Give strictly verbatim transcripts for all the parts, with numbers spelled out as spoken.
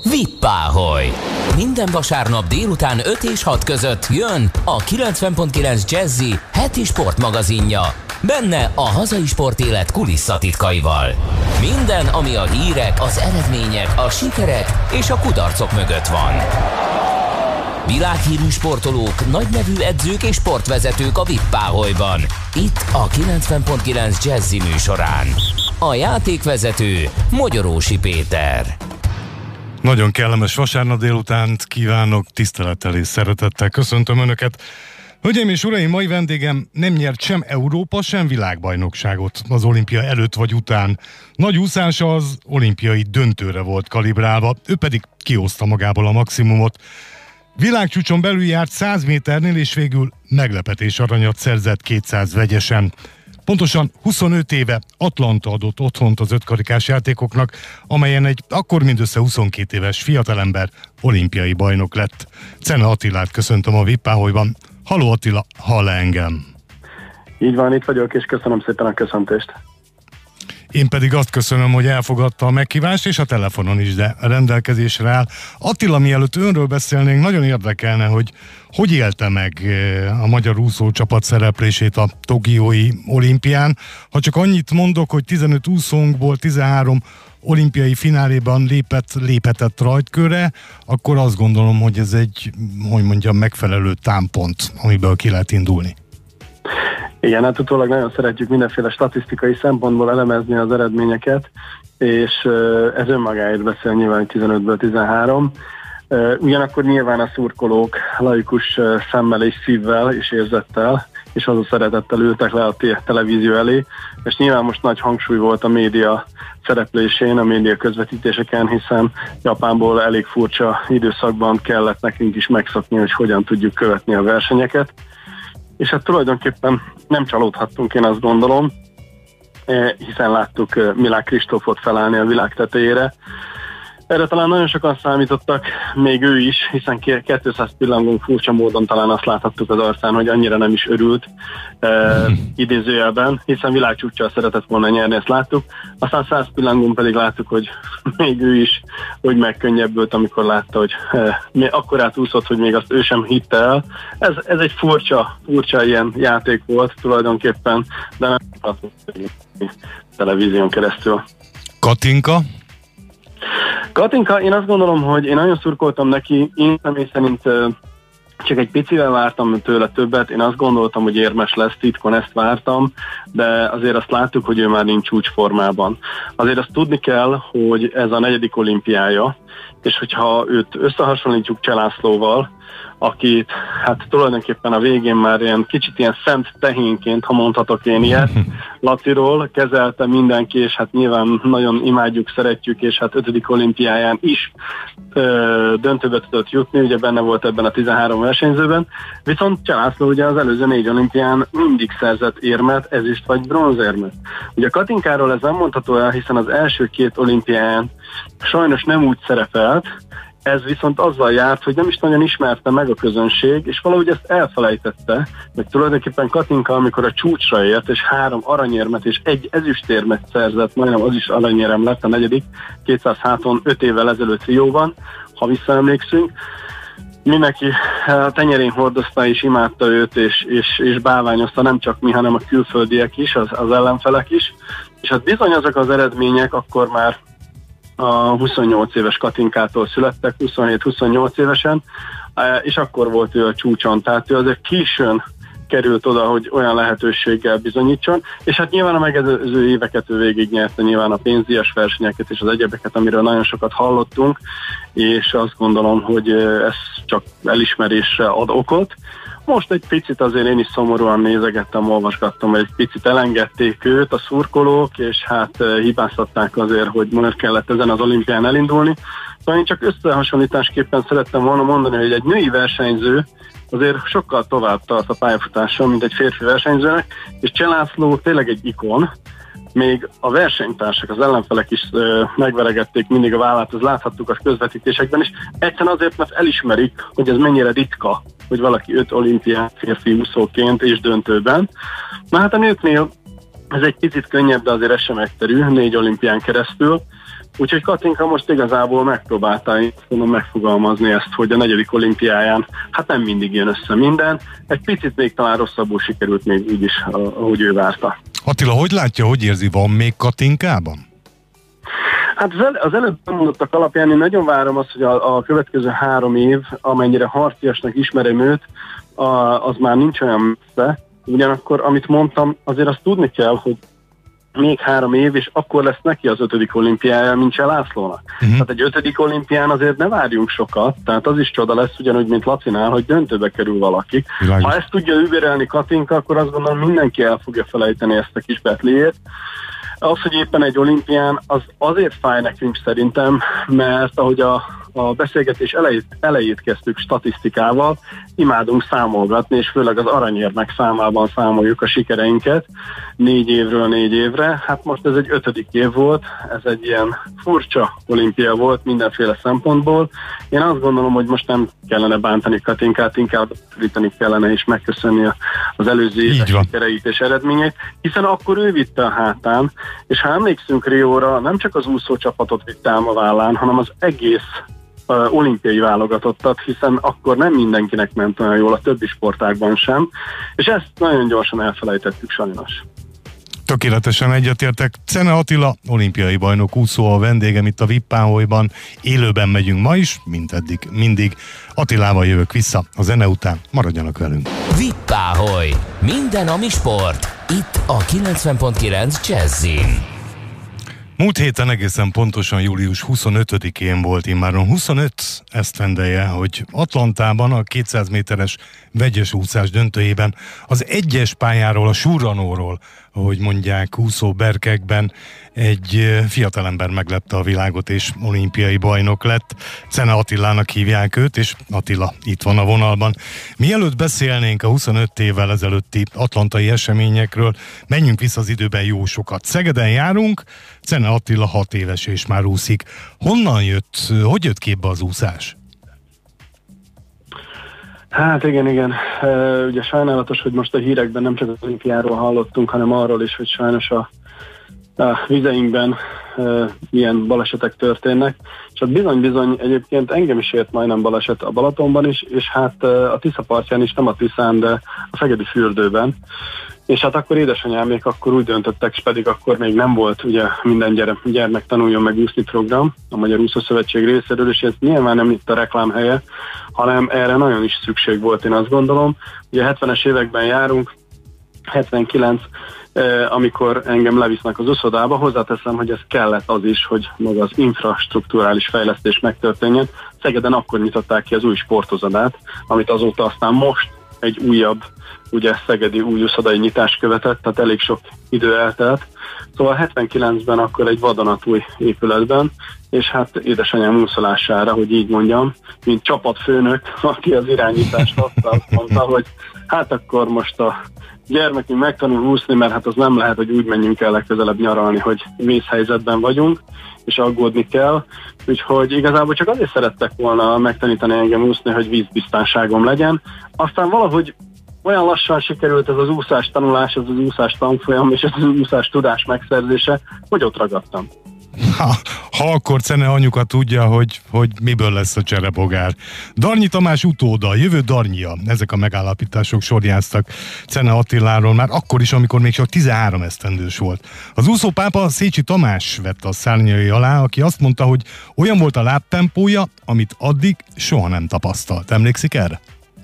Vippáholy! Minden vasárnap délután öt és hat között jön a kilencven pont kilenc Jazzy heti sportmagazinja. Benne a hazai sportélet kulisszatitkaival. Minden, ami a hírek, az eredmények, a sikerek és a kudarcok mögött van. Világhírű sportolók, nagynevű edzők és sportvezetők a Vippáholyban. Itt a kilencven pont kilenc Jazzy műsorán. A játékvezető Mogyorósi Péter. Nagyon kellemes vasárnap délutánt kívánok, tisztelettel és szeretettel köszöntöm Önöket. Hölgyeim és uraim, mai vendégem nem nyert sem Európa, sem világbajnokságot az olimpia előtt vagy után. Nagy úszása az olimpiai döntőre volt kalibrálva, ő pedig kihozta magából a maximumot. Világcsúcson belül járt száz méternél, és végül meglepetés aranyat szerzett kétszáz vegyesen. Pontosan huszonöt éve Atlanta adott otthont az ötkarikás játékoknak, amelyen egy akkor mindössze huszonkét éves fiatalember olimpiai bajnok lett. Czene Attilát köszöntöm a Vippáholyban. Halló Attila, hall engem? Így van, itt vagyok, és köszönöm szépen a köszöntést. Én pedig azt köszönöm, hogy elfogadta a meghívást, és a telefonon is, de rendelkezésre áll. Attila, mielőtt önről beszélnénk, nagyon érdekelne, hogy hogy élte meg a magyar úszócsapat szereplését a tokiói olimpián. Ha csak annyit mondok, hogy tizenöt úszónkból tizenhárom olimpiai fináléban lépett, léphetett rajtkörre, akkor azt gondolom, hogy ez egy, hogy mondjam, megfelelő támpont, amiből ki lehet indulni. Igen, hát utólag nagyon szeretjük mindenféle statisztikai szempontból elemezni az eredményeket, és ez önmagáért beszél nyilván tizenötből tizenhárom. Ugyanakkor nyilván a szurkolók laikus szemmel és szívvel és érzettel, és az a szeretettel ültek le a televízió elé, és nyilván most nagy hangsúly volt a média szereplésén, a média közvetítéseken, hiszen Japánból elég furcsa időszakban kellett nekünk is megszokni, hogy hogyan tudjuk követni a versenyeket. És hát tulajdonképpen nem csalódhattunk, én azt gondolom, hiszen láttuk Milák Kristófot felállni a világ tetejére. Erre talán nagyon sokan számítottak, még ő is, hiszen kétszáz pillangón furcsa módon talán azt láthattuk az arcán, hogy annyira nem is örült eh, idézőjelben, hiszen világcsúccsal szeretett volna nyerni, ezt láttuk. Aztán száz pillangón pedig láttuk, hogy még ő is úgy megkönnyebbült, amikor látta, hogy eh, akkor átúszott, hogy még azt ő sem hitte el. Ez, ez egy furcsa, furcsa ilyen játék volt tulajdonképpen, de nem látható televízión keresztül. Katinka? Katinka, én azt gondolom, hogy én nagyon szurkoltam neki, én személy szerint csak egy picivel vártam tőle többet, én azt gondoltam, hogy érmes lesz, titkon ezt vártam, de azért azt láttuk, hogy ő már nincs csúcsformában. Azért azt tudni kell, hogy ez a negyedik olimpiája, és hogyha őt összehasonlítjuk Cselászlóval, akit hát tulajdonképpen a végén már ilyen kicsit ilyen szent tehénként, ha mondhatok én ilyet, Laciról kezelte mindenki, és hát nyilván nagyon imádjuk, szeretjük, és hát ötödik olimpiáján is ö, döntőbe tudott jutni, ugye benne volt ebben a tizenhárom versenyzőben, viszont Cselászló ugye az előző négy olimpián mindig szerzett érmet, ezüst vagy bronzérmet. Ugye Katinkáról ez nem mondható el, hiszen az első két olimpián sajnos nem úgy szerepelt, ez viszont azzal járt, hogy nem is nagyon ismerte meg a közönség, és valahogy ezt elfelejtette, hogy tulajdonképpen Katinka, amikor a csúcsra ért, és három aranyérmet és egy ezüstérmet szerzett, majdnem az is aranyérem lett, a negyedik, kétszáz háton öt évvel ezelőtt Rióban, ha visszaemlékszünk. Mindenki a tenyerén hordozta és imádta őt, és, és, és bálványozta, nem csak mi, hanem a külföldiek is, az, az ellenfelek is. És hát bizony azok az eredmények akkor már a huszonnyolc éves Katinkától születtek, huszonhét-huszonnyolc évesen, és akkor volt ő a csúcson, tehát ő azért későn került oda, hogy olyan lehetőséggel bizonyítson, és hát nyilván a megelőző éveket ő végignyerte, nyilván a pénzdíjas versenyeket és az egyebeket, amiről nagyon sokat hallottunk, és azt gondolom, hogy ez csak elismerésre ad okot. Most egy picit azért én is szomorúan nézegettem, olvasgattam, hogy egy picit elengedték őt a szurkolók, és hát hibáztatták azért, hogy most kellett ezen az olimpián elindulni. Szóval én csak összehasonlításképpen szerettem volna mondani, hogy egy női versenyző azért sokkal tovább tart a pályafutáson, mint egy férfi versenyzőnek, és Cselászló tényleg egy ikon, még a versenytársak, az ellenfelek is ö, megveregették mindig a vállát, azt láthattuk a közvetítésekben is, egyszerűen azért, mert elismerik, hogy ez mennyire ritka, hogy valaki öt olimpián férfi úszóként és döntőben. Na hát a nőknél ez egy picit könnyebb, de azért ez sem egyszerű, négy olimpián keresztül, Úgyhogy Katinka most igazából megpróbálta mondom, megfogalmazni ezt, hogy a negyedik olimpiáján hát nem mindig jön össze minden. Egy picit még talán rosszabbul sikerült még így is, ahogy ő várta. Attila, hogy látja, hogy érzi, van még Katinkában? Hát az, el, az előbb mondottak alapján én nagyon várom azt, hogy a, a következő három év, amennyire harciasnak ismerem őt, a, az már nincs olyan messze. Ugyanakkor, amit mondtam, azért azt tudni kell, hogy még három év, és akkor lesz neki az ötödik olimpiája, mint se Lászlónak. Uh-huh. Tehát egy ötödik olimpián azért ne várjunk sokat, tehát az is csoda lesz, ugyanúgy, mint Lacinál, hogy döntőbe kerül valaki. Világos. Ha ezt tudja überelni Katinka, akkor azt gondolom mindenki el fogja felejteni ezt a kis betliét. Az, hogy éppen egy olimpián, az azért fáj nekünk szerintem, mert ahogy a, a beszélgetés elejét, elejét kezdtük statisztikával, imádunk számolgatni, és főleg az aranyérmek számában számoljuk a sikereinket négy évről négy évre. Hát most ez egy ötödik év volt, ez egy ilyen furcsa olimpia volt mindenféle szempontból. Én azt gondolom, hogy most nem kellene bántani Katinkát, inkább rítani kellene és megköszönni az előző éves sikereit és eredményeit, hiszen akkor ő vitte a hátán, és ha emlékszünk Rióra, nem csak az úszócsapatot vitte ám a vállán, hanem az egész uh, olimpiai válogatottat, hiszen akkor nem mindenkinek ment olyan jól, a többi sportágban sem, és ezt nagyon gyorsan elfelejtettük sajnos. Tökéletesen egyetértek. Czene Attila, olimpiai bajnok úszó a vendégem itt a Vippáholyban. Élőben megyünk ma is, mint eddig, mindig. Attilával jövök vissza a zene után. Maradjanak velünk. Vippáholy. Minden, ami sport. Itt a kilencven pont kilenc Jazzin. Múlt héten egészen pontosan július huszonötödikén volt immáron huszonöt esztendeje, hogy Atlantában a kétszáz méteres vegyes úszás döntőjében az egyes pályáról, a surranóról, ahogy mondják, úszó berkekben egy fiatalember meglepte a világot és olimpiai bajnok lett. Czene Attilának hívják őt, és Attila itt van a vonalban. Mielőtt beszélnénk a huszonöt évvel ezelőtti atlantai eseményekről, menjünk vissza az időben jó sokat. Szegeden járunk, Czene Attila hat éves és már úszik. Honnan jött, hogy jött képbe az úszás? Hát igen, igen. Uh, ugye sajnálatos, hogy most a hírekben nem csak az olimpiáról hallottunk, hanem arról is, hogy sajnos a, a vizeinkben uh, ilyen balesetek történnek. És hát bizony-bizony egyébként engem is ért majdnem baleset a Balatonban is, és hát uh, a Tisza partján is, nem a Tiszán, de a Szegedi fürdőben. És hát akkor édesanyámék akkor úgy döntöttek, és pedig akkor még nem volt ugye minden gyere, gyermek tanuljon meg úszni program a Magyar Úszószövetség részéről, és ez nyilván nem itt a reklámhelye, hanem erre nagyon is szükség volt, én azt gondolom. Ugye hetvenes években járunk, hetvenkilenc, eh, amikor engem levisznek az uszodába, hozzáteszem, hogy ez kellett az is, hogy maga az infrastrukturális fejlesztés megtörténjen. Szegeden akkor nyitották ki az új sportozadát, amit azóta aztán most egy újabb, ugye szegedi új úszodai nyitás követett, tehát elég sok idő eltelt. Szóval hetvenkilencben akkor egy vadonatúj épületben, és hát édesanyám úszolására, hogy így mondjam, mint csapatfőnök, aki az irányítást adta, azt mondta, hogy hát akkor most a gyermekünk megtanul úszni, mert hát az nem lehet, hogy úgy menjünk el legközelebb nyaralni, hogy vészhelyzetben vagyunk, és aggódni kell. Úgyhogy igazából csak azért szerettek volna megtanítani engem úszni, hogy vízbiztonságom legyen. Aztán valahogy olyan lassan sikerült ez az úszás tanulás, ez az úszás tanfolyam és ez az úszás tudás megszerzése, hogy ott ragadtam. Ha, ha akkor Czene anyuka tudja, hogy, hogy miből lesz a cserebogár. Darnyi Tamás utóda, jövő Darnyia, ezek a megállapítások sorjáztak Czene Attiláról már akkor is, amikor még csak tizenhárom esztendős volt. Az úszópápa Szécsi Tamás vette a szárnyai alá, aki azt mondta, hogy olyan volt a lábtempója, amit addig soha nem tapasztalt. Emlékszik erre?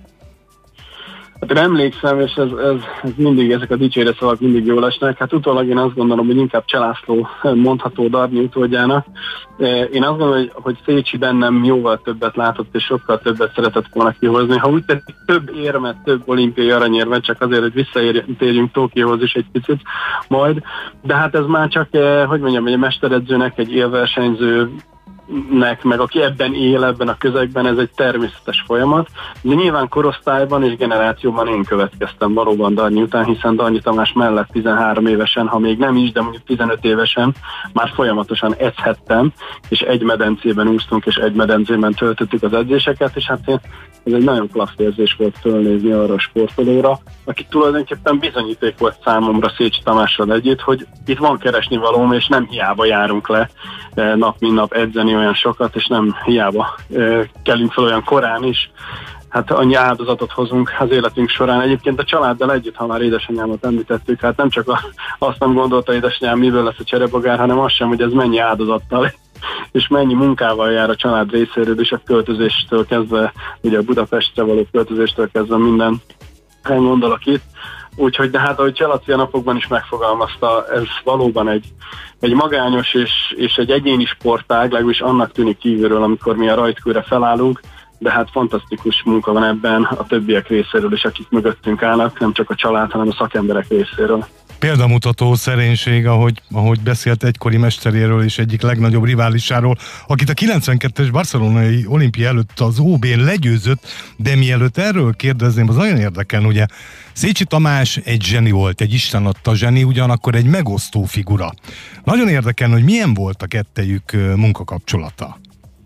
Hát én emlékszem, és ez, ez, ez mindig, ezek a dicsére szavak mindig jól esnek. Hát utólag én azt gondolom, hogy inkább Cselászló mondható Darnyi utódjának. Én azt gondolom, hogy, hogy Szécsi bennem jóval többet látott, és sokkal többet szeretett volna kihozni. Ha úgy tetszik, több érmet, több olimpiai aranyérmet, csak azért, hogy visszatérjünk Tokióhoz is egy picit majd. De hát ez már csak, hogy mondjam, egy mesteredzőnek, egy élversenyző nek, meg aki ebben él, ebben a közegben, ez egy természetes folyamat. De nyilván korosztályban és generációban én következtem valóban Darnyi után, hiszen Darnyi Tamás mellett tizenhárom évesen, ha még nem is, de mondjuk tizenöt évesen már folyamatosan edzhettem, és egy medencében úsztunk, és egy medencében töltöttük az edzéseket, és hát én, ez egy nagyon klassz érzés volt fölnézni arra a sportolóra, aki tulajdonképpen bizonyíték volt számomra Szécsi Tamással együtt, hogy itt van keresni valóm, és nem hiába járunk le nap mint nap edzeni olyan sokat, és nem hiába kelünk fel olyan korán is. Hát annyi áldozatot hozunk az életünk során. Egyébként a családdal együtt, ha már édesanyámat említettük, hát nem csak a, azt nem gondolta édesanyám, miből lesz a cserebogár, hanem azt sem, hogy ez mennyi áldozattal és mennyi munkával jár a család részéről, és a költözéstől kezdve, ugye a Budapestre való költözéstől kezdve minden gondolok itt. Úgyhogy, de hát ahogy Cselaci a napokban is megfogalmazta, ez valóban egy, egy magányos és, és egy egyéni sportág, legalábbis annak tűnik kívülről, amikor mi a rajtkőre felállunk, de hát fantasztikus munka van ebben a többiek részéről is, akik mögöttünk állnak, nem csak a család, hanem a szakemberek részéről. Példamutató szerénység, ahogy, ahogy beszélt egykori mesteréről és egyik legnagyobb riválisáról, akit a kilencvenkettes barcelonai olimpia előtt az ó bén legyőzött, de mielőtt erről kérdezném, az nagyon érdekel, ugye Szécsi Tamás egy zseni volt, egy isten adta zseni, ugyanakkor egy megosztó figura. Nagyon érdekel, hogy milyen volt a kettejük munkakapcsolata.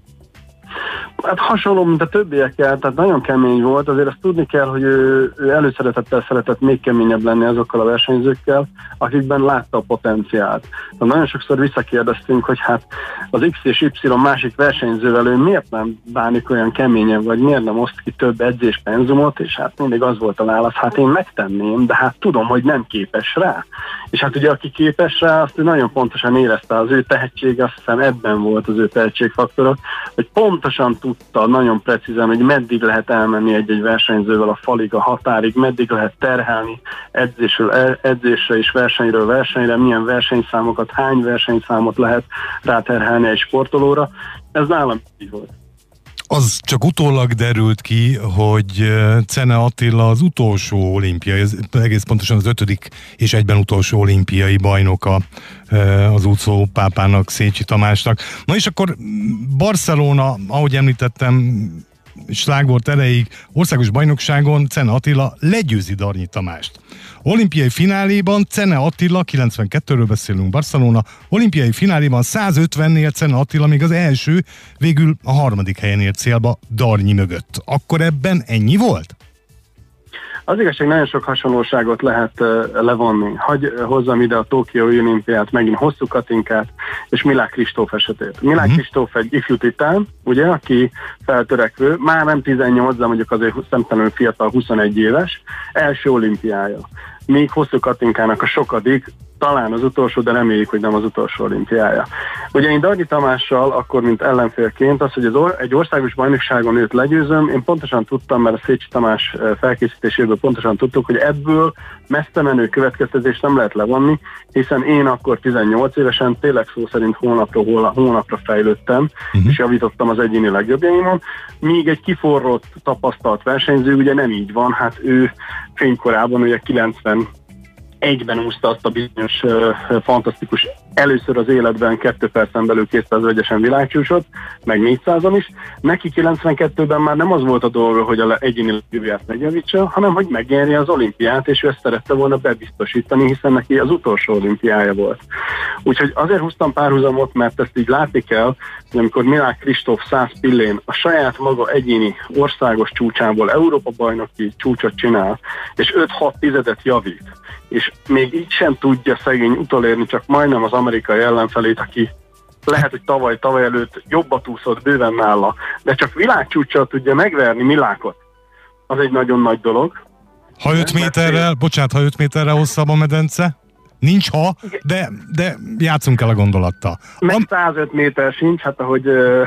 Hát hasonló, mint a többiekkel, tehát nagyon kemény volt, azért azt tudni kell, hogy ő, ő előszeretettel szeretett még keményebb lenni azokkal a versenyzőkkel, akikben látta a potenciált. De nagyon sokszor visszakérdeztünk, hogy hát az X és Y másik versenyzővel ő miért nem bánik olyan keményen, vagy miért nem oszt ki több edzéspenzumot, és hát mindig az volt a válasz, hát én megtenném, de hát tudom, hogy nem képes rá. És hát ugye aki képes rá, azt ő nagyon pontosan érezte, az ő tehetsége, azt hiszem ebben volt az ő tehetségfaktora, hogy pontosan tudta nagyon precízen, hogy meddig lehet elmenni egy-egy versenyzővel a falig, a határig, meddig lehet terhelni edzésről edzésre és versenyről versenyre, milyen versenyszámokat, hány versenyszámot lehet ráterhelni egy sportolóra. Ez nálam így volt. Az csak utólag derült ki, hogy Czene Attila az utolsó olimpiai, egész pontosan az ötödik és egyben utolsó olimpiai bajnoka az úszó pápának, Szécsi Tamásnak. Na és akkor Barcelona, ahogy említettem, slágvort erejéig, országos bajnokságon Czene Attila legyőzi Darnyi Tamást. Olimpiai fináléban Czene Attila, kilencvenkettőről beszélünk, Barcelona, olimpiai fináléban százötvennél Czene Attila még az első, végül a harmadik helyen ért célba Darnyi mögött. Akkor ebben ennyi volt? Az igazság, nagyon sok hasonlóságot lehet uh, levonni. Hagy hozzam ide a Tokiói olimpiát, megint Hosszú Katinkát, és Milák Kristóf esetét. Milák mm-hmm. Kristóf egy ifjú titán, ugye, aki feltörekvő, már nem tizennyolc, de mondjuk azért szemtelenül fiatal, huszonegy éves, első olimpiája. Míg Hosszú Katinkának a sokadik, talán az utolsó, de reméljük, hogy nem az utolsó olimpiája. Ugye én Darnyi Tamással akkor, mint ellenfélként, az, hogy az or- egy országos bajnokságon őt legyőzöm, én pontosan tudtam, mert a Szécsi Tamás felkészítéséből pontosan tudtuk, hogy ebből messze menő következtetést nem lehet levonni, hiszen én akkor tizennyolc évesen tényleg szó szerint hónapról hónapra fejlődtem, uh-huh. és javítottam az egyéni legjobbjaimon, míg egy kiforrott, tapasztalt versenyző ugye nem így van, hát ő fénykorában ugye kilencven egyben úszta azt a bizonyos uh, fantasztikus, először az életben kettő percen belül kétszáz egyesen világcsúcsot, meg négyszázan is. Neki kilencvenkettőben már nem az volt a dolga, hogy a egyéni legjobbját megjavítsa, hanem hogy megnyerje az olimpiát, és ő ezt szerette volna bebiztosítani, hiszen neki az utolsó olimpiája volt. Úgyhogy azért húztam párhuzamot, mert ezt így látni kell, hogy amikor Milák Kristóf száz pillén a saját maga egyéni országos csúcsából Európa-bajnoki csúcsot csinál, és öt-hat tizedet javít, és még így sem tudja szegény utolérni csak majdnem az amerikai ellenfelét, aki lehet, hogy tavaly, tavaly előtt jobbat úszott bőven nála, de csak világcsúccsal tudja megverni Milákot. Az egy nagyon nagy dolog. Ha öt méterrel, bocsánat, ha öt méterrel hosszabb a medence, nincs ha, de, de játszunk el a gondolattal. Meg százöt méter sincs, hát ahogy uh,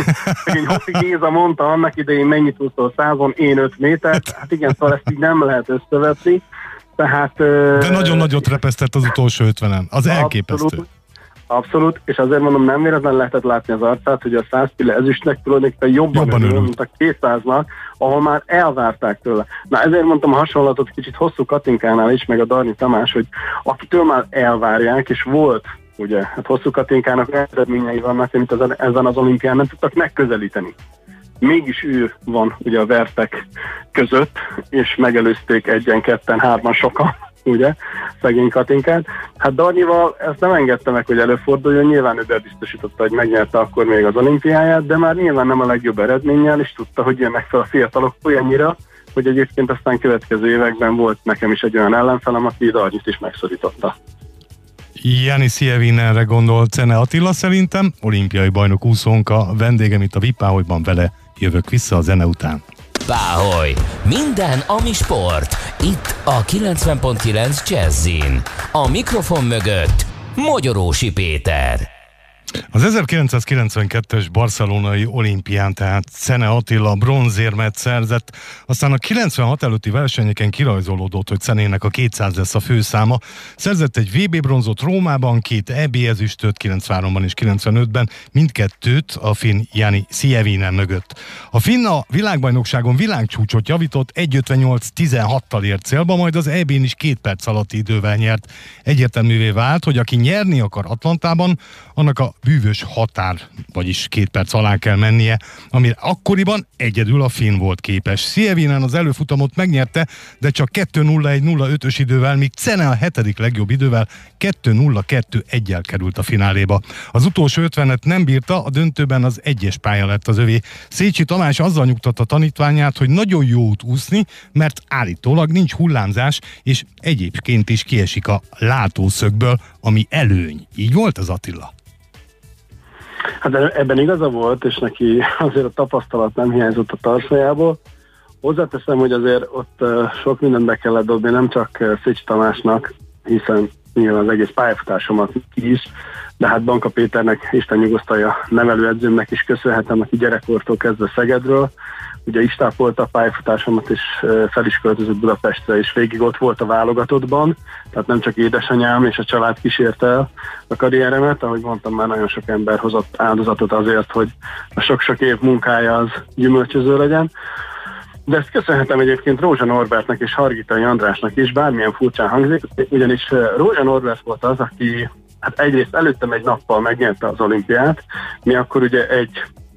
Hossi Géza mondta annak idején, mennyit úszol százon, én öt métert, hát igen, szóval ezt így nem lehet összevetni. Tehát, de nagyon nagyot repesztett az utolsó ötvenen. Az elképesztő. Abszolút, abszolút, és azért mondom, nem véletlen lehetett látni az arcát, hogy a száz pille ezüstnek tulajdonképpen jobban, jobban örül, mint a kétszáznak, ahol már elvárták tőle. Na ezért mondtam a hasonlatot kicsit Hosszú Katinkánál is, meg a Darnyi Tamás, hogy akitől már elvárják, és volt ugye, hát Hosszú Katinkának eredményei vannak, amit az, ezen az olimpián nem tudtak megközelíteni. Mégis ő van ugye a vertek között, és megelőzték egyen, ketten, hárman sokan, ugye, szegény Katinkát. Hát Darnyival ezt nem engedte meg, hogy előforduljon, nyilván ő bebiztosította, hogy megnyerte akkor még az olimpiáját, de már nyilván nem a legjobb eredménnyel, és tudta, hogy jönnek fel a fiatalok olyannyira, hogy egyébként aztán következő években volt nekem is egy olyan ellenfelem, aki Darnyit is megszorította. Jani Sievinenre gondol Czene Attila szerintem, olimpiai bajnok úszónk a vendégem itt a Vipáholyban, vele jövök vissza a zene után. Páholy, minden, ami sport, itt a kilencven pont kilenc Jazzin. A mikrofon mögött Mogyorósi Péter. Az ezerkilencszázkilencvenkettes barcelonai olimpián tehát Czene Attila bronzérmet szerzett, aztán a kilencvenhat előtti versenyeken kirajzolódott, hogy Cenének a kétszáz lesz a főszáma. Szerzett egy vé bé bronzot Rómában, két é bé ezüstöt kilencvenháromban és kilencvenötben, mindkettőt a finn Jani Sievinen mögött. A finn a világbajnokságon világcsúcsot javított, egy ötvennyolc tizenhattal ért célba, majd az é bén is két perc alatti idővel nyert. Egyértelművé vált, hogy aki nyerni akar Atlantában, annak a bűvös határ, vagyis két perc alá kell mennie, amire akkoriban egyedül a finn volt képes. Sievinen az előfutamot megnyerte, de csak kettő nulla egy nulla ötös idővel, míg Czene a hetedik legjobb idővel kettő nulla kettő egyel került a fináléba. Az utolsó ötvenet nem bírta, a döntőben az egyes pálya lett az övé. Szécsi Tamás azzal nyugtatta tanítványát, hogy nagyon jó út úszni, mert állítólag nincs hullámzás, és egyébként is kiesik a látószögből, ami előny. Így volt az, Attila? Hát ebben igaza volt, és neki azért a tapasztalat nem hiányzott a tarsajából. Hozzáteszem, hogy azért ott sok mindent be kellett dobni, nem csak Szécsi Tamásnak, hiszen nyilván az egész pályafutásomat is, de hát Banka Péternek, Isten nyugosztalja, nevelőedzőmnek is köszönhetem, aki gyerekkortól kezdve Szegedről. Ugye is tápolta a pályafutásomat, és fel is költözött Budapestre, és végig ott volt a válogatottban, tehát nem csak édesanyám és a család kísérte el a karrieremet, ahogy mondtam, már nagyon sok ember hozott áldozatot azért, hogy a sok-sok év munkája az gyümölcsöző legyen. De ezt köszönhetem egyébként Rózsa Norbertnek és Hargitai Andrásnak is, bármilyen furcsán hangzik, ugyanis Rózsa Norbert volt az, aki hát egyrészt előttem egy nappal megnyerte az olimpiát, mi akkor ugye egy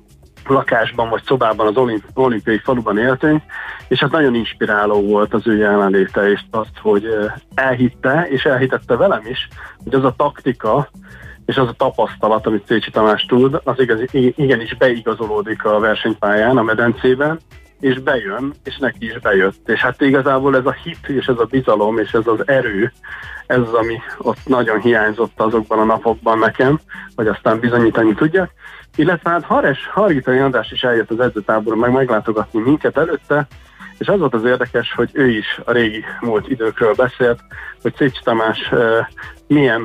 lakásban vagy szobában az olimp- olimpiai faluban éltünk, és hát nagyon inspiráló volt az ő jelenléte, és azt, hogy elhitte, és elhitette velem is, hogy az a taktika, és az a tapasztalat, amit Szécsi Tamás tud, az igaz, igenis beigazolódik a versenypályán, a medencében, és bejön, és neki is bejött. És hát igazából ez a hit, és ez a bizalom, és ez az erő, ez az, ami ott nagyon hiányzott azokban a napokban nekem, hogy aztán bizonyítani tudjak. Illetve hát Hares, Hargitai András is eljött az edzőtáborba meg meglátogatni minket előtte, és az volt az érdekes, hogy ő is a régi múlt időkről beszélt, hogy Szécsi Tamás uh, milyen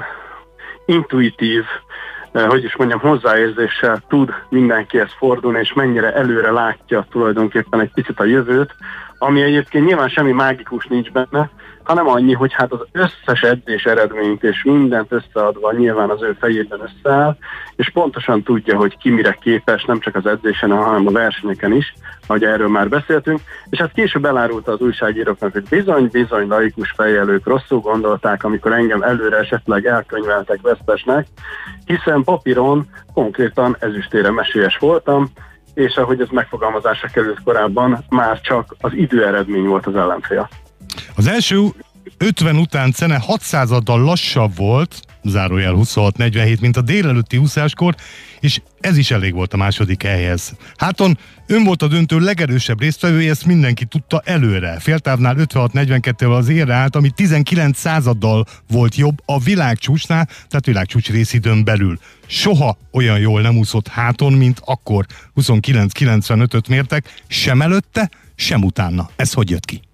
intuitív, uh, hogy is mondjam, hozzáérzéssel tud mindenkihez fordulni, és mennyire előre látja tulajdonképpen egy picit a jövőt, ami egyébként nyilván semmi mágikus nincs benne, hanem annyi, hogy hát az összes edzés eredményt és mindent összeadva nyilván az ő fejében összeáll, és pontosan tudja, hogy ki mire képes, nem csak az edzésen, hanem a versenyeken is, ahogy erről már beszéltünk, és hát később elárulta az újságíróknak, hogy bizony-bizony laikus fejjel ők rosszul gondolták, amikor engem előre esetleg elkönyveltek vesztesnek, hiszen papíron konkrétan ezüstére mesélyes voltam, és ahogy ez megfogalmazásra került korábban, már csak az időeredmény volt az ellenfél. Az első ötven után Czene hatszázaddal lassabb volt, zárójel huszonhat negyvenhét, mint a délelőtti úszáskor, és ez is elég volt a második helyhez. Háton ön volt a döntő legerősebb résztvevője, ezt mindenki tudta előre. Féltávnál ötvenhat negyvenkettővel az érre állt, ami tizenkilenc századdal volt jobb a világcsúcsnál, tehát világcsúcs részidőn belül. Soha olyan jól nem úszott háton, mint akkor. huszonkilenc kilencvenötöt mértek, sem előtte, sem utána. Ez hogy jött ki?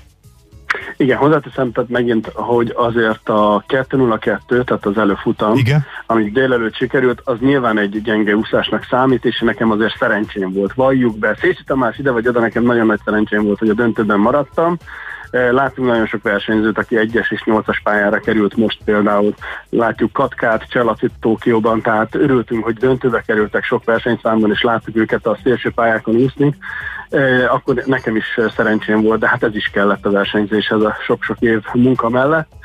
Igen, hozzáteszem, tehát megint, hogy azért a kettő nulla kettő, tehát az előfutam, igen, amit délelőtt sikerült, az nyilván egy gyenge úszásnak számít, és nekem azért szerencsém volt. Valljuk be, Szécsi Tamás ide vagy oda, nekem nagyon nagy szerencsém volt, hogy a döntőben maradtam. Látunk nagyon sok versenyzőt, aki egyes és nyolcas pályára került most például. Látjuk Katkát, Cselacit Tokióban, tehát örültünk, hogy döntőbe kerültek sok versenyszámban, és láttuk őket a szélső pályákon úszni. Akkor nekem is szerencsém volt, de hát ez is kellett a versenyzéshez a sok-sok év munka mellett.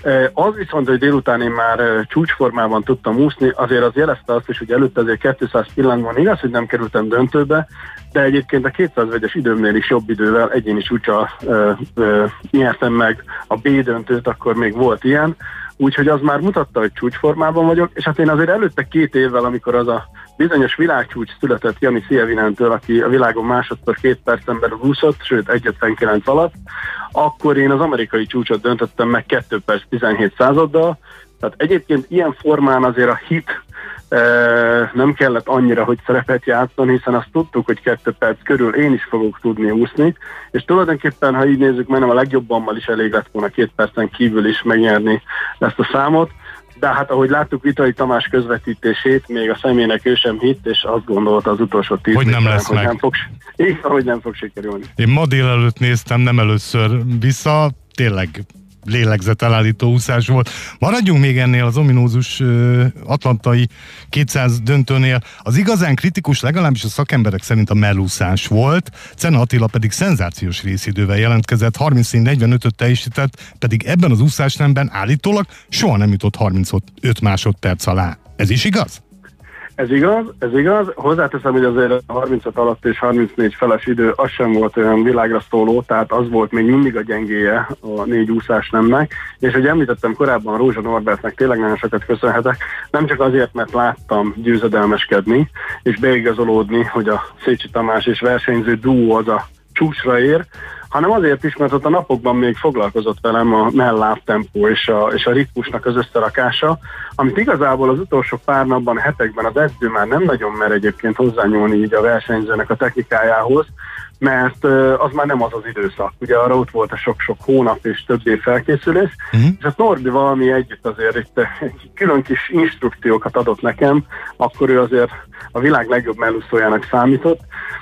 Az viszont, hogy délután én már csúcsformában tudtam úszni, azért az jelezte azt is, hogy előtte azért kétszáz pillanatban igaz, hogy nem kerültem döntőbe, de egyébként a kétszáz vegyes időmnél is jobb idővel egyéni csúcsa ö, ö, nyertem meg a B döntőt, akkor még volt ilyen, úgyhogy az már mutatta, hogy csúcsformában vagyok, és hát én azért előtte két évvel, amikor az a bizonyos világcsúcs született Jani Szilvinentől, aki a világon másodszor két percen belül úszott, sőt egy ötvenkilenc alatt, akkor én az amerikai csúcsot döntöttem meg két perc tizenhét századdal, tehát egyébként ilyen formán azért a hit e, nem kellett annyira, hogy szerepet játszani, hiszen azt tudtuk, hogy kettő perc körül én is fogok tudni úszni, és tulajdonképpen, ha így nézzük, majdnem a legjobbammal is elég lett volna két percen kívül is megnyerni ezt a számot, de hát ahogy láttuk Vitai Tamás közvetítését, még a személynek ő sem hitt, és azt gondolta az utolsó tíz hogy nem lesz hogy meg. Nem fog, így, hogy nem fog sikerülni. Én ma délelőtt néztem, nem először vissza, tényleg lélegzetelállító úszás volt. Maradjunk még ennél az ominózus uh, atlantai kétszáz döntőnél. Az igazán kritikus, legalábbis a szakemberek szerint a mellúszás volt, Czene Attila pedig szenzációs részidővel jelentkezett, harminc negyvenötöt teljesített, pedig ebben az úszásnemben állítólag soha nem jutott harmincöt másodperc alá. Ez is igaz? Ez igaz, ez igaz. Hozzáteszem, hogy azért a harmincöt alatt és harmincnégy feles idő az sem volt olyan világra szóló, tehát az volt még mindig a gyengéje a négy úszás nemnek, és hogy említettem korábban Rózsa Norbertnek tényleg nagyon sokat köszönhetek, nem csak azért, mert láttam győzedelmeskedni, és beigazolódni, hogy a Szécsi Tamás és versenyző duó az a csúcsra ér, hanem azért is, mert ott a napokban még foglalkozott velem a mellláb tempó és a, és a ritmusnak az összerakása, amit igazából az utolsó pár napban, hetekben az edző már nem nagyon mer egyébként hozzányúlni így a versenyzőnek a technikájához, mert az már nem az az időszak. Ugye arra ott volt a sok-sok hónap és több év felkészülés, uh-huh. és a Norbi valami együtt azért itt külön kis instrukciókat adott nekem, akkor ő azért a világ legjobb mellúszójának számított,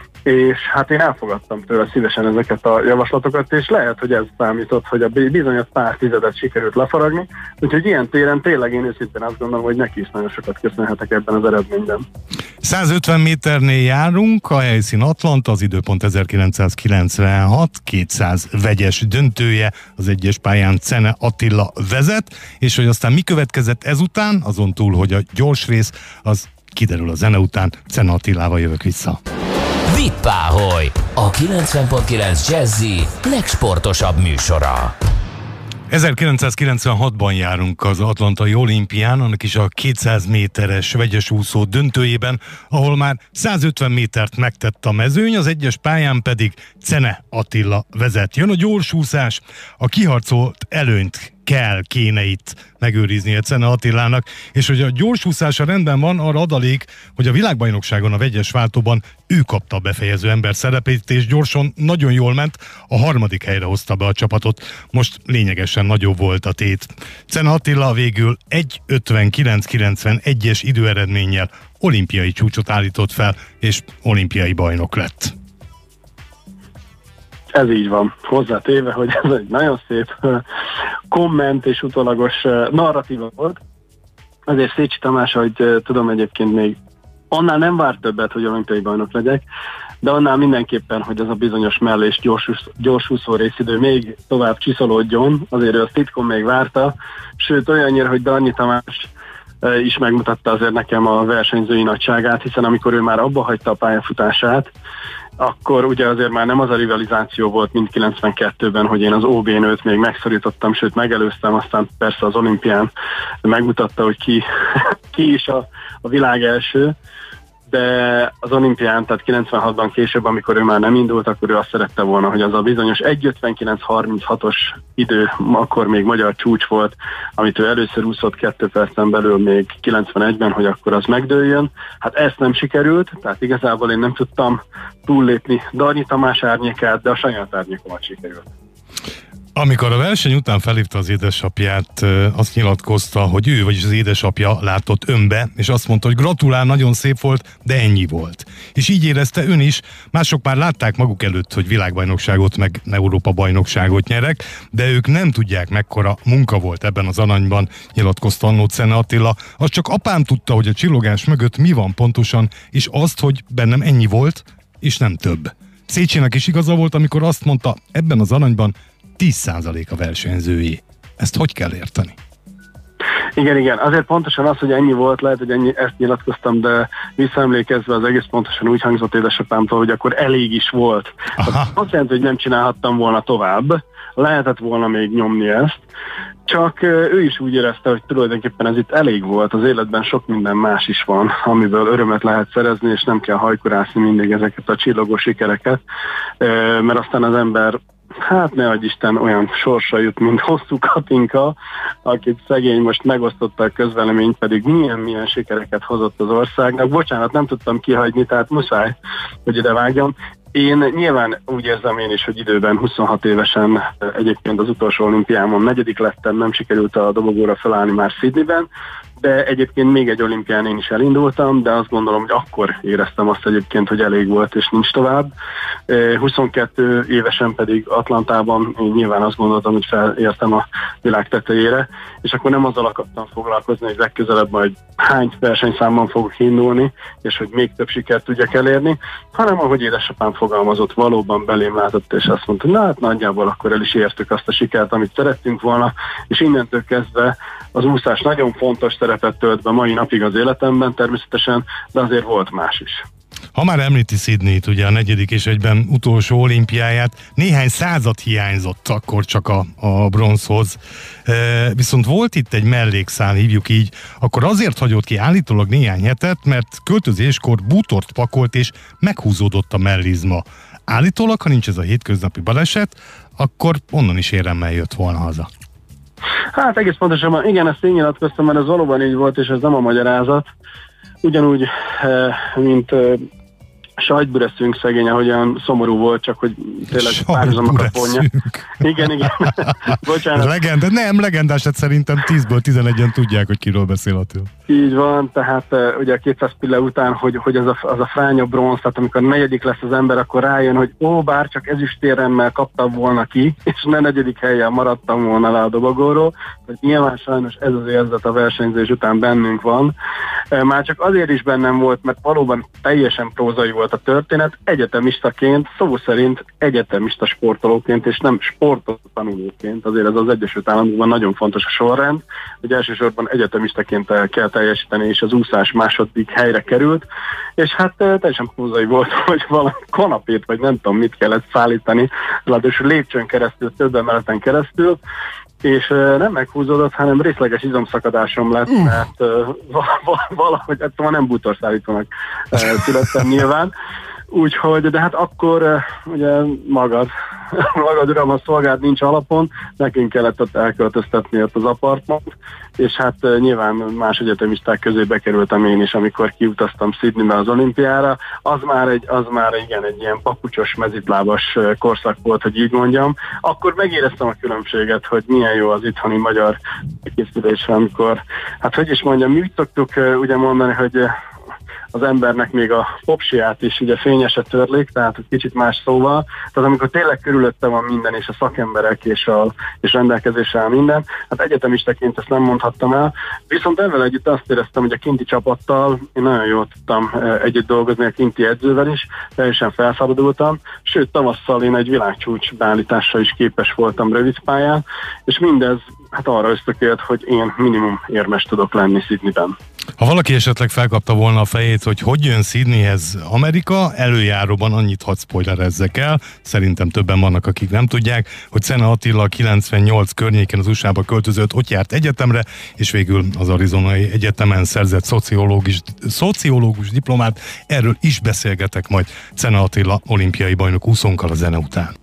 és hát én elfogadtam tőle szívesen ezeket a javaslatokat, és lehet, hogy ez számított, hogy a bizonyos pár tizedet sikerült lefaragni, úgyhogy ilyen téren tényleg én őszintén azt gondolom, hogy neki is nagyon sokat köszönhetek ebben az eredményben. százötven méternél járunk, a helyszín Atlanta, az időpont ezerkilencszázkilencvenhat, kétszáz vegyes döntője, az egyes pályán Czene Attila vezet, és hogy aztán mi következett ezután, azon túl, hogy a gyors rész, az kiderül a zene után, Czene Attilával jövök vissza. Vippáholy, a kilencven pont kilenc Jazzy legsportosabb műsora. ezerkilencszázkilencvenhatban járunk az Atlantai Olimpián, annak is a kétszáz méteres vegyesúszó döntőjében, ahol már százötven métert megtett a mezőny, az egyes pályán pedig Czene Attila vezet. Jön a gyorsúszás, a kiharcolt előnyt kell, kéne itt megőriznie Czene Attilának, és hogy a gyorsúszása rendben van, arra adalék, hogy a világbajnokságon a vegyes váltóban ő kapta a befejező ember szerepét, és gyorsan nagyon jól ment, a harmadik helyre hozta be a csapatot, most lényegesen nagyobb volt a tét. Czene Attila végül egy ötvenkilenc kilencvenegyes időeredménnyel olimpiai csúcsot állított fel, és olimpiai bajnok lett. Ez így van. Hozzátéve, hogy ez egy nagyon szép komment és utólagos narratíva volt. Azért Szécsi Tamás, hogy tudom egyébként még annál nem vár többet, hogy olimpiai bajnok legyek, de annál mindenképpen, hogy ez a bizonyos mellés gyorsúszó részidő még tovább csiszolódjon, azért ő azt titkon még várta, sőt olyannyira, hogy Darnyi Tamás is megmutatta azért nekem a versenyzői nagyságát, hiszen amikor ő már abba hagyta a pályafutását, akkor ugye azért már nem az a rivalizáció volt, mint kilencvenkettőben, hogy én az ó bé nőt még megszorítottam, sőt megelőztem, aztán persze az olimpián megmutatta, hogy ki, ki is a, a világ első, de az olimpián, tehát kilencvenhatban később, amikor ő már nem indult, akkor ő azt szerette volna, hogy az a bizonyos egy ötvenkilenc harminchatos idő, akkor még magyar csúcs volt, amit ő először úszott kettő percen belül még kilencvenegyben, hogy akkor az megdőljön. Hát ezt nem sikerült, tehát igazából én nem tudtam túllépni Darnyi Tamás árnyékát, de a saját árnyékomat sikerült. Amikor a verseny után felhívta az édesapját, azt nyilatkozta, hogy ő, vagyis az édesapja látott önbe, és azt mondta, hogy gratulál, nagyon szép volt, de ennyi volt. És így érezte ön is, mások már látták maguk előtt, hogy világbajnokságot meg Európa-bajnokságot nyerek, de ők nem tudják, mekkora munka volt ebben az aranyban, nyilatkozta annó Czene Attila. Az csak apám tudta, hogy a csillogás mögött mi van pontosan, és azt, hogy bennem ennyi volt, és nem több. Széchennek is igaza volt, amikor azt mondta, ebben az aranyban tíz százalék a versenyzői. Ezt hogy kell érteni? Igen, igen. Azért pontosan az, hogy ennyi volt, lehet, hogy ennyi, ezt nyilatkoztam, de visszaemlékezve az egész pontosan úgy hangzott édesapámtól, hogy akkor elég is volt. Azt jelenti, hogy nem csinálhattam volna tovább, lehetett volna még nyomni ezt, csak ő is úgy érezte, hogy tulajdonképpen ez itt elég volt, az életben sok minden más is van, amiből örömet lehet szerezni, és nem kell hajkurászni mindig ezeket a csillogó sikereket, mert aztán az ember, hát ne adj Isten, olyan sorsa jut, mint Hosszú Katinka, akit szegény most megosztotta a közveleményt, pedig milyen-milyen sikereket hozott az országnak. Bocsánat, nem tudtam kihagyni, tehát muszáj, hogy ide vágjam. Én nyilván úgy érzem én is, hogy időben huszonhat évesen egyébként az utolsó olimpiámon negyedik lettem, nem sikerült a dobogóra felállni már Sydneyben, de egyébként még egy olimpián én is elindultam, de azt gondolom, hogy akkor éreztem azt egyébként, hogy elég volt és nincs tovább. huszonkettő évesen pedig Atlantában én nyilván azt gondoltam, hogy felértem a világ tetejére, és akkor nem azzal akartam foglalkozni, hogy legközelebb majd hány versenyszámban fogok indulni, és hogy még több sikert tudjak elérni, hanem ahogy édesapám fogalmazott, valóban belém látott, és azt mondta, na hát nagyjából akkor el is értük azt a sikert, amit szerettünk volna, és innentől kezdve az úszás nagyon fontos szerepet tölt be mai napig az életemben természetesen, de azért volt más is. Ha már említi Sydneyt, ugye a negyedik és egyben utolsó olimpiáját, néhány század hiányzott akkor csak a, a bronzhoz. E, viszont volt itt egy mellékszál, hívjuk így, akkor azért hagyott ki állítólag néhány hetet, mert költözéskor bútort pakolt és meghúzódott a mellizma. Állítólag, ha nincs ez a hétköznapi baleset, akkor onnan is éremmel jött volna haza. Hát egész pontosan, igen, ezt én nyilatkoztam, mert ez valóban így volt, és ez nem a magyarázat. Ugyanúgy, mint sajtbüreszünk szegény, ahogyan szomorú volt, csak hogy tényleg párhuzamokat vonja. Igen, igen. Bocsánat. Legenda, nem, legendás, hát szerintem tízből tizenegyen tudják, hogy kiről beszélhető. Így van, tehát uh, ugye a kétszáz pille után, hogy, hogy az, a, az a fránya bronz, tehát amikor negyedik lesz az ember, akkor rájön, hogy ó, bár csak ezüstéremmel kaptam volna ki, és ne negyedik helyen maradtam volna le a dobogóról. Nyilván sajnos ez az érzet a versenyzés után bennünk van. Uh, már csak azért is bennem volt, mert valóban teljesen prózai volt a történet, egyetemistaként, szó szerint egyetemista sportolóként, és nem sportoló tanulóként, azért ez az Egyesült Államokban nagyon fontos a sorrend, hogy elsősorban egyetemistaként kell teljesíteni, és az úszás második helyre került, és hát teljesen prózai volt, hogy valami kanapét, vagy nem tudom mit kellett szállítani, ráadásul lépcsőn keresztül, több emeleten keresztül, és nem meghúzódott, hanem részleges izomszakadásom lett, mm. mert uh, valahogy, hát szóval nem bútorszállítónak uh, születtem nyilván, úgyhogy, de hát akkor uh, ugye magad, magad uram, a szolgád nincs alapon, nekünk kellett ott elköltöztetni ott az apartmant, és hát uh, nyilván más egyetemisták közé bekerültem én is, amikor kiutaztam Sydneybe az olimpiára, az már egy, az már igen, egy ilyen papucsos, mezitlábas korszak volt, hogy így mondjam. Akkor megéreztem a különbséget, hogy milyen jó az itthoni magyar készülésre, amikor, hát hogy is mondjam, mi úgy szoktuk uh, ugye mondani, hogy uh, az embernek még a popsiát is ugye fényeset törlik, tehát egy kicsit más szóval. Tehát amikor tényleg körülötte van minden, és a szakemberek, és, a, és rendelkezésre áll minden, hát egyetemistaként ezt nem mondhattam el. Viszont ezzel együtt azt éreztem, hogy a kinti csapattal én nagyon jól tudtam együtt dolgozni, a kinti edzővel is, teljesen felszabadultam, sőt tavasszal én egy világcsúcs beállításra is képes voltam rövidpályán, és mindez hát arra ösztökélt, hogy én minimum érmes tudok lenni Sydneyben. Ha valaki esetleg felkapta volna a fejét, hogy hogy jön Sydneyhez Amerika, előjáróban annyit hadd spoilerezzek el, szerintem többen vannak, akik nem tudják, hogy Czene Attila kilencvennyolc környéken az u es á-ba költözött, ott járt egyetemre, és végül az Arizonai Egyetemen szerzett szociológus, szociológus diplomát. Erről is beszélgetek majd Czene Attila olimpiai bajnok úszónkkal a zene után.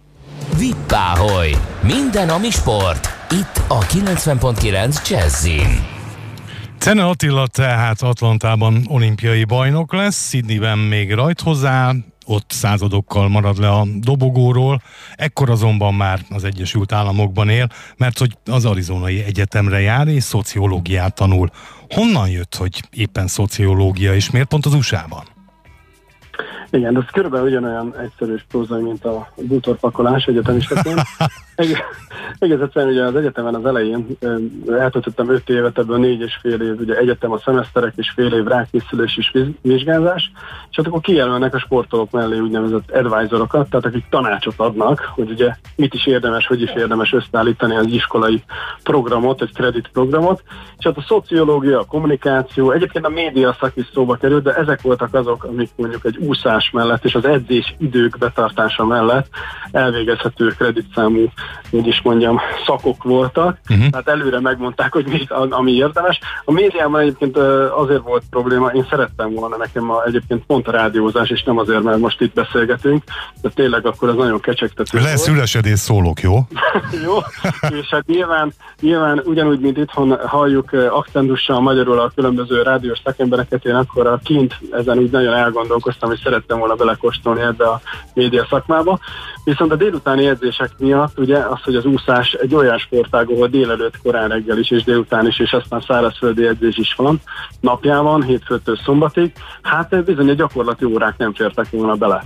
Vippáholy! Minden, ami sport! Itt a kilencven pont kilenc Jazzin. Czene Attila tehát Atlantában olimpiai bajnok lesz, Sydneyben még rajt hozzá, ott századokkal marad le a dobogóról, ekkor azonban már az Egyesült Államokban él, mert hogy az Arizonai Egyetemre jár és szociológiát tanul. Honnan jött, hogy éppen szociológia, és miért pont az u es á-ban? Igen, de ez körülbelül ugyanolyan egyszerű és prózai, mint a bútorpakolás egyetemistaként. Egész egyszerűen ugye az egyetemen az elején eltöltöttem öt évet, ebből négy és fél év ugye egyetem a szemeszterek és fél év rákészülés és vizsgázás, és hát akkor kijelölnek a sportolók mellé úgynevezett advisorokat, tehát akik tanácsot adnak, hogy ugye mit is érdemes, hogy is érdemes összeállítani az iskolai programot, egy kredit programot, és hát a szociológia, a kommunikáció, egyébként a média szak is szóba került, de ezek voltak azok, amik mondjuk egy úszás mellett és az edzés idők betartása mellett elvégezhető kreditszámú, úgy is mondjam, szakok voltak, uh-huh. tehát előre megmondták, hogy mit, ami érdemes. A médiában egyébként azért volt probléma, én szerettem volna, nekem a, egyébként pont a rádiózás, és nem azért, mert most itt beszélgetünk, de tényleg akkor ez nagyon kecsegtető volt. Lesz ülesedés szólok, jó? Jó, és hát nyilván, nyilván ugyanúgy, mint itthon halljuk akcentussal magyarul a különböző rádiós szakembereket, én akkor a kint ezen úgy nagyon elgondolkoztam, hogy szerettem volna belekóstolni ebbe a média szakmába. Viszont a délutáni edzések miatt ugye az, hogy az úszás egy olyan sportág, ahol délelőtt, korán reggel is, és délután is, és aztán szárazföldi edzés is van napjában, hétfőtől szombatig, hát bizony a gyakorlati órák nem fértek volna bele.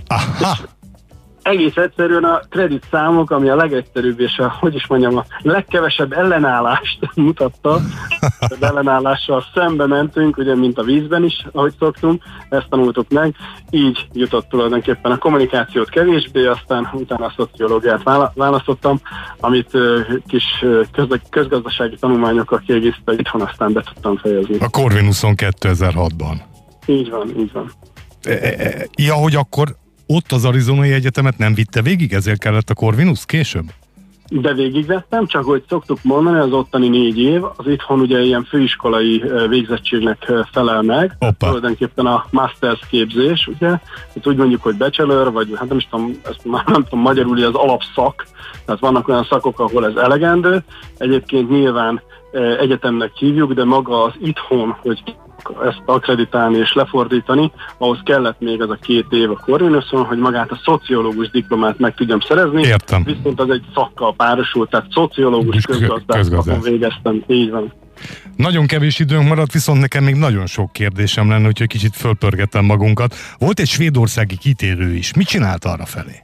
Egész egyszerűen a kredit számok, ami a legegyszerűbb és a, hogy is mondjam, a legkevesebb ellenállást mutatta. Az ellenállással szembe mentünk, ugye, mint a vízben is, ahogy szoktunk, ezt tanultuk meg. Így jutott tulajdonképpen a kommunikációt kevésbé, aztán utána a szociológiát választottam, amit uh, kis uh, közg- közgazdasági tanulmányokkal kiegészítve itthon aztán be tudtam fejezni. A Corvinuson kétezer-hatban. Így van, így van. E, e, ja, hogy akkor ott az Arizonai Egyetemet nem vitte végig, ezért kellett a Corvinus később? De végigvettem, csak hogy szoktuk mondani, az ottani négy év, az itthon ugye ilyen főiskolai végzettségnek felel meg. Tulajdonképpen a master's képzés, ugye? Itt úgy mondjuk, hogy bachelor, vagy hát nem is tudom, ezt már nem tudom magyarul, az alapszak, tehát vannak olyan szakok, ahol ez elegendő. Egyébként nyilván egyetemnek hívjuk, de maga az itthon, hogy ezt akkreditálni és lefordítani, ahhoz kellett még ez a két év a Corvinuson, hogy magát a szociológus diplomát meg tudjam szerezni. Értem. Viszont az egy szakkal párosult, tehát szociológus közgazdászakon végeztem. Így van. Nagyon kevés időnk maradt, viszont nekem még nagyon sok kérdésem lenne, úgyhogy kicsit fölpörgettem magunkat. Volt egy svédországi kitérő is. Mit csinált arra felé?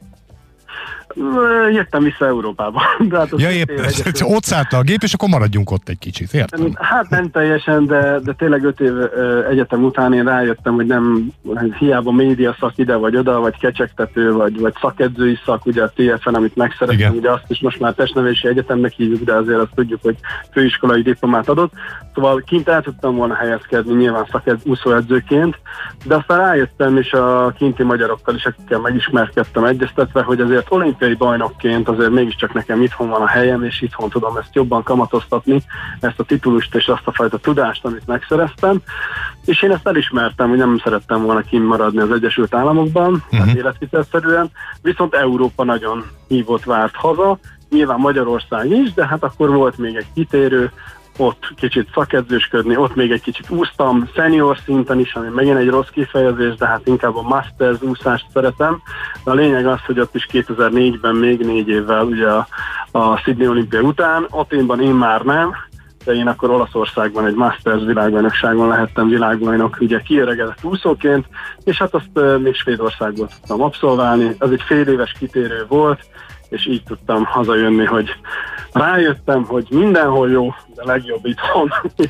Jöttem vissza Európába. De hát ja, épp, ott szállt a gép, és akkor maradjunk ott egy kicsit, értem? Hát nem teljesen, de, de tényleg öt év egyetem után én rájöttem, hogy nem hiába média szak ide vagy oda, vagy kecsegtető, vagy, vagy szakedzői szak, ugye a té ef en, amit megszerettem, igen. Ugye azt is most már testnevelési egyetemnek hívjuk, de azért azt tudjuk, hogy főiskolai diplomát adott. Szóval kint el tudtam volna helyezkedni nyilván szakúszóedzőként, de aztán rájöttem, és a kinti magyarokkal is, akikkel megismerkedtem egyeztetve, hogy azért olimpiai bajnokként azért mégiscsak nekem itthon van a helyem, és itthon tudom ezt jobban kamatoztatni, ezt a titulust és azt a fajta tudást, amit megszereztem. És én ezt elismertem, hogy nem szerettem volna kint maradni az Egyesült Államokban, uh-huh. tehát életvitelszerűen, viszont Európa nagyon hívott, várt haza, nyilván Magyarország is, de hát akkor volt még egy kitérő, ott kicsit szakedzősködni, ott még egy kicsit úsztam, senior szinten is, ami megint egy rossz kifejezés, de hát inkább a masters úszást szeretem. De a lényeg az, hogy ott is kétezer-négyben még négy évvel ugye a, a Sydney olimpia után, Athénban én már nem, de én akkor Olaszországban egy Masters világbajnokságon lehettem világbajnok, ugye kiöregedett úszóként, és hát azt uh, még Svédországból tudtam abszolválni. Az egy fél éves kitérő volt, és így tudtam hazajönni, hogy rájöttem, hogy mindenhol jó, de legjobb itthon,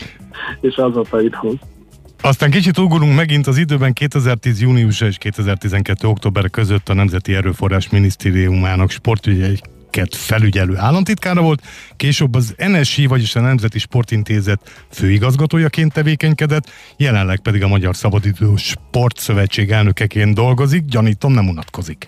és azóta itthon. Aztán kicsit ugorunk megint az időben. Kétezer-tíz júniusa és kétezer-tizenkettő október között a Nemzeti Erőforrás Minisztériumának sportügyeket felügyelő államtitkára volt, később az en es i, vagyis a Nemzeti Sportintézet főigazgatójaként tevékenykedett, jelenleg pedig a Magyar Szabadidős Sportszövetség elnökeként dolgozik, gyanítom, nem unatkozik.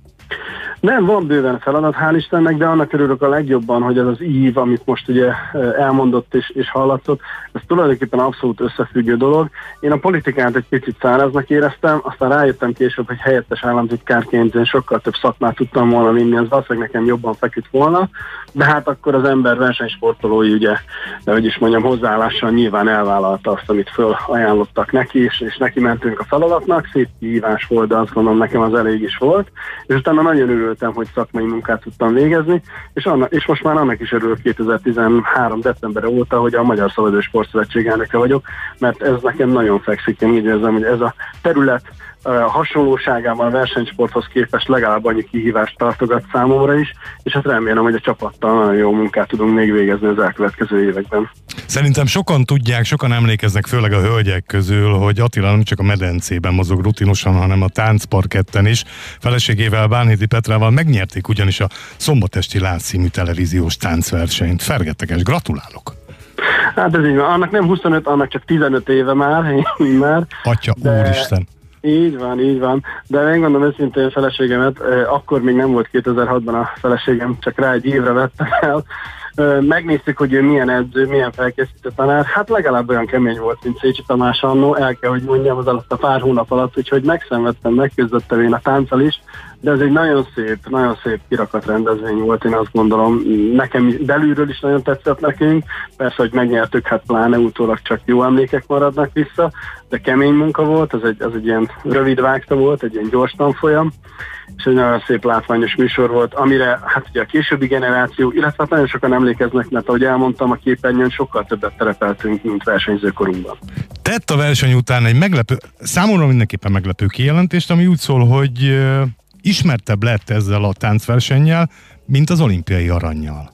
Nem, van bőven feladat, hál' Istennek, de annak örülök a legjobban, hogy ez az ív, amit most ugye elmondott és, és hallatszott, ez tulajdonképpen abszolút összefüggő dolog. Én a politikát egy picit száraznak éreztem, aztán rájöttem később, hogy helyettes államtitkárként én sokkal több szakmát tudtam volna vinni, az valószínűleg nekem jobban feküdt volna, de hát akkor az ember versenysportolói, ugye, de hogy is mondjam, hozzáállással nyilván elvállalta azt, amit fölajánlottak neki, és, és neki mentünk a feladatnak, szép kihívás volt, de azt gondolom nekem az elég is volt, és utána nagyon örültem, örültem, hogy szakmai munkát tudtam végezni, és, anna, és most már annak is örülök kétezer-tizenhárom decemberre óta, hogy a Magyar Szabadidős Sportszövetség elnöke vagyok, mert ez nekem nagyon fekszik. Én úgy érzem, hogy ez a terület uh, hasonlóságában a versenysporthoz képest legalább annyi kihívást tartogat számomra is, és hát remélem, hogy a csapattal nagyon jó munkát tudunk még végezni az elkövetkező években. Szerintem sokan tudják, sokan emlékeznek, főleg a hölgyek közül, hogy Attila nem csak a medencében mozog rutinosan, hanem a táncparketten is. Feleségével, Bánhidi Petrával megnyerték ugyanis a Szombatesti Láz című televíziós táncversenyt. Fergeteges, gratulálok! Hát ez így van. Annak nem huszonöt, annak csak tizenöt éve már, én már. Atya de... úristen! Így van, így van. De megmondom őszintén a feleségemet, akkor még nem volt kétezer-hatban a feleségem, csak rá egy évre vettem el. Megnéztük, hogy ő milyen edző, milyen felkészítő tanár. Hát legalább olyan kemény volt, mint Szécsi Tamás annó, el kell, hogy mondjam, az alatt a pár hónap alatt, úgyhogy megszenvedtem, megküzdöttem én a tánccal is, de ez egy nagyon szép, nagyon szép kirakat rendezvény volt, én azt gondolom. Nekem belülről is nagyon tetszett nekünk, persze, hogy megnyertük, hát pláne utólag csak jó emlékek maradnak vissza, de kemény munka volt, ez egy, az egy ilyen rövid vágta volt, egy ilyen gyors tanfolyam, és egy nagyon szép látványos műsor volt, amire hát ugye a későbbi generáció, illetve hát nagyon sokan emlékeznek, mert ahogy elmondtam, a képernyőn sokkal többet szerepeltünk, mint versenyzőkorunkban. Tett a verseny után egy meglepő, számomra mindenképpen meglepő kijelentést, ami úgy szól, hogy uh, ismertebb lett ezzel a táncversennyel, mint az olimpiai arannyal.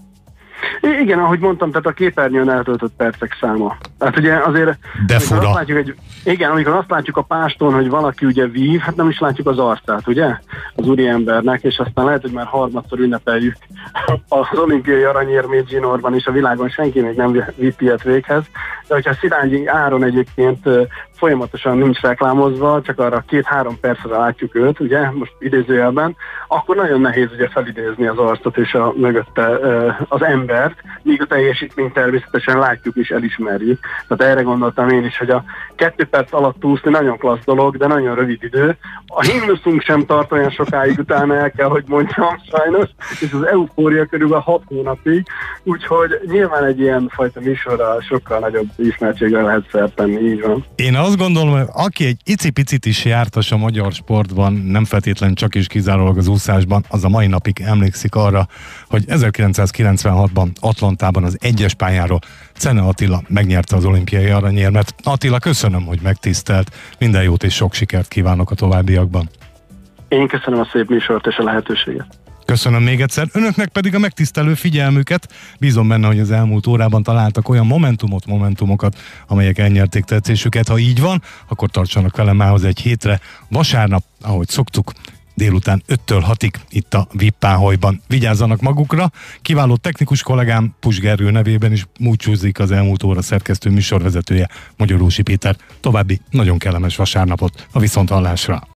Igen, ahogy mondtam, tehát a képernyőn eltöltött percek száma. Tehát ugye azért... De fura. Azt látjuk, hogy, igen, amikor azt látjuk a páston, hogy valaki ugye vív, hát nem is látjuk az arcát, ugye? Az úriembernek, és aztán lehet, hogy már harmadszor ünnepeljük az olimpiai aranyérmét zsinórban, és a világon senki még nem vitt ilyet véghez. De hogyha Szirányi Áron egyébként folyamatosan nincs reklámozva, csak arra két-három percre látjuk őt, ugye, most idézőjelben, akkor nagyon nehéz ugye felidézni az arcot és a mögötte az embert, míg a teljesítményt természetesen látjuk és elismerjük. Tehát erre gondoltam én is, hogy a kettő perc alatt úszni nagyon klassz dolog, de nagyon rövid idő. A himnuszunk sem tart olyan sokáig, utána el kell, hogy mondjam, sajnos, és az eufória körülbelül hat hónapig, úgyhogy nyilván egy ilyen fajta műsorra sokkal nagyobb ismertségre lehet szert tenni, így van. Én azt gondolom, hogy aki egy icipicit is jártas a magyar sportban, nem feltétlenül csak és kizárólag az úszásban, az a mai napig emlékszik arra, hogy ezerkilencszázkilencvenhatban Atlantában az egyes pályáról Czene Attila megnyerte az olimpiai aranyérmet. Attila, köszönöm, hogy megtisztelt, minden jót és sok sikert kívánok a továbbiakban. Én köszönöm a szép műsort és a lehetőséget. Köszönöm még egyszer, önöknek pedig a megtisztelő figyelmüket. Bízom benne, hogy az elmúlt órában találtak olyan momentumot, momentumokat, amelyek elnyerték tetszésüket. Ha így van, akkor tartsanak velem mához egy hétre. Vasárnap, ahogy szoktuk, délután öttől hatig itt a vé i pé Páholyban. Vigyázzanak magukra, kiváló technikus kollégám Pus Gergő nevében is búcsúzik az elmúlt óra szerkesztő műsorvezetője, Magyarósi Péter. További nagyon kellemes vasárnapot, a viszonthallásra!